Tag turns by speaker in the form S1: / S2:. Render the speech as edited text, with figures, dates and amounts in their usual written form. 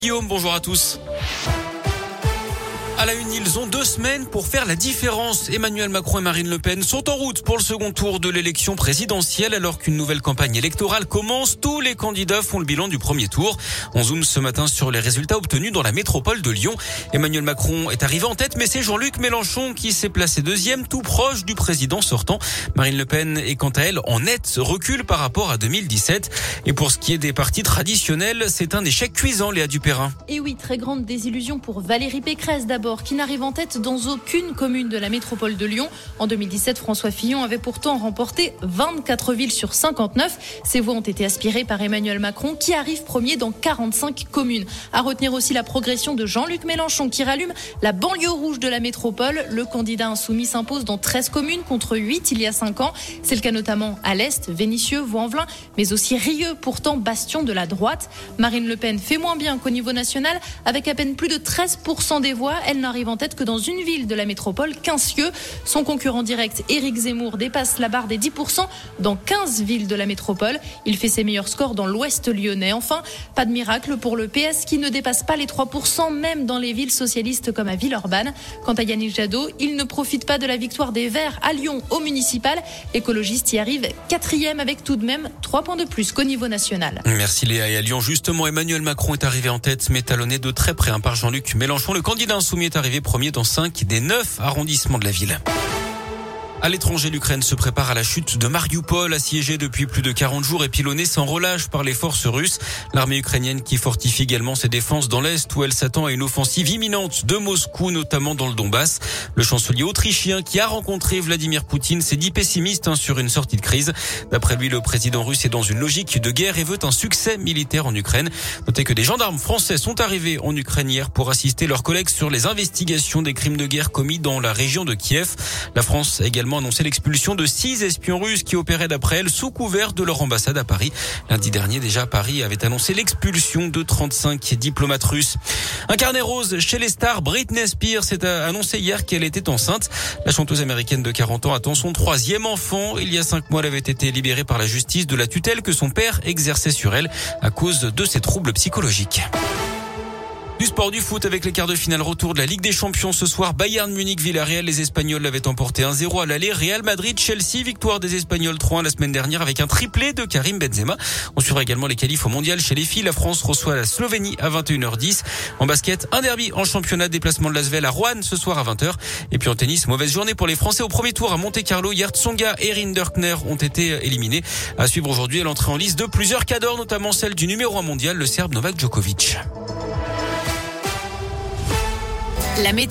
S1: Guillaume, bonjour à tous. À la une, ils ont 2 semaines pour faire la différence. Emmanuel Macron et Marine Le Pen sont en route pour le second tour de l'élection présidentielle. Alors qu'une nouvelle campagne électorale commence, tous les candidats font le bilan du premier tour. On zoome ce matin sur les résultats obtenus dans la métropole de Lyon. Emmanuel Macron est arrivé en tête, mais c'est Jean-Luc Mélenchon qui s'est placé deuxième, tout proche du président sortant. Marine Le Pen est quant à elle en net recul par rapport à 2017. Et pour ce qui est des partis traditionnels, c'est un échec cuisant, Léa Dupérin.
S2: Et oui, très grande désillusion pour Valérie Pécresse d'abord, qui n'arrive en tête dans aucune commune de la métropole de Lyon. En 2017, François Fillon avait pourtant remporté 24 villes sur 59. Ces voix ont été aspirées par Emmanuel Macron, qui arrive premier dans 45 communes. À retenir aussi la progression de Jean-Luc Mélenchon, qui rallume la banlieue rouge de la métropole. Le candidat insoumis s'impose dans 13 communes contre 8 il y a 5 ans. C'est le cas notamment à l'Est, Vénissieux, Vaux-en-Velin, mais aussi Rieux, pourtant bastion de la droite. Marine Le Pen fait moins bien qu'au niveau national, avec à peine plus de 13% des voix. Elle n'arrive en tête que dans une ville de la métropole, Quincieux. Son concurrent direct, Éric Zemmour, dépasse la barre des 10% dans 15 villes de la métropole. Il fait ses meilleurs scores dans l'ouest lyonnais. Enfin, pas de miracle pour le PS qui ne dépasse pas les 3%, même dans les villes socialistes comme à Villeurbanne. Quant à Yannick Jadot, il ne profite pas de la victoire des Verts à Lyon au municipal. L'écologiste y arrive 4e avec tout de même 3 points de plus qu'au niveau national.
S1: Merci Léa. Et à Lyon, justement, Emmanuel Macron est arrivé en tête, mais talonné de très près par Jean-Luc Mélenchon. Le candidat insoumis est arrivé premier dans 5 des 9 arrondissements de la ville. À l'étranger, l'Ukraine se prépare à la chute de Mariupol, assiégée depuis plus de 40 jours et pilonnée sans relâche par les forces russes. L'armée ukrainienne qui fortifie également ses défenses dans l'Est, où elle s'attend à une offensive imminente de Moscou, notamment dans le Donbass. Le chancelier autrichien qui a rencontré Vladimir Poutine s'est dit pessimiste sur une sortie de crise. D'après lui, le président russe est dans une logique de guerre et veut un succès militaire en Ukraine. Notez que des gendarmes français sont arrivés en Ukraine hier pour assister leurs collègues sur les investigations des crimes de guerre commis dans la région de Kiev. La France a également annoncé l'expulsion de 6 espions russes qui opéraient d'après elle sous couvert de leur ambassade à Paris. Lundi dernier, déjà, Paris avait annoncé l'expulsion de 35 diplomates russes. Un carnet rose chez les stars. Britney Spears s'est annoncé hier qu'elle était enceinte. La chanteuse américaine de 40 ans attend son 3e enfant. Il y a 5 mois, elle avait été libérée par la justice de la tutelle que son père exerçait sur elle à cause de ses troubles psychologiques. Du sport, du foot avec les quarts de finale retour de la Ligue des Champions ce soir. Bayern Munich-Villarreal, les Espagnols l'avaient emporté 1-0 à l'aller. Real Madrid-Chelsea, victoire des Espagnols 3-1 la semaine dernière avec un triplé de Karim Benzema. On suivra également les qualifs au mondial chez les filles. La France reçoit la Slovénie à 21h10. En basket, un derby en championnat, déplacement de l'Asvel à Roanne ce soir à 20h. Et puis en tennis, mauvaise journée pour les Français au premier tour à Monte-Carlo. Hier, Tsonga et Rinderkner ont été éliminés. À suivre aujourd'hui l'entrée en liste de plusieurs cadors, notamment celle du numéro 1 mondial, le Serbe Novak Djokovic.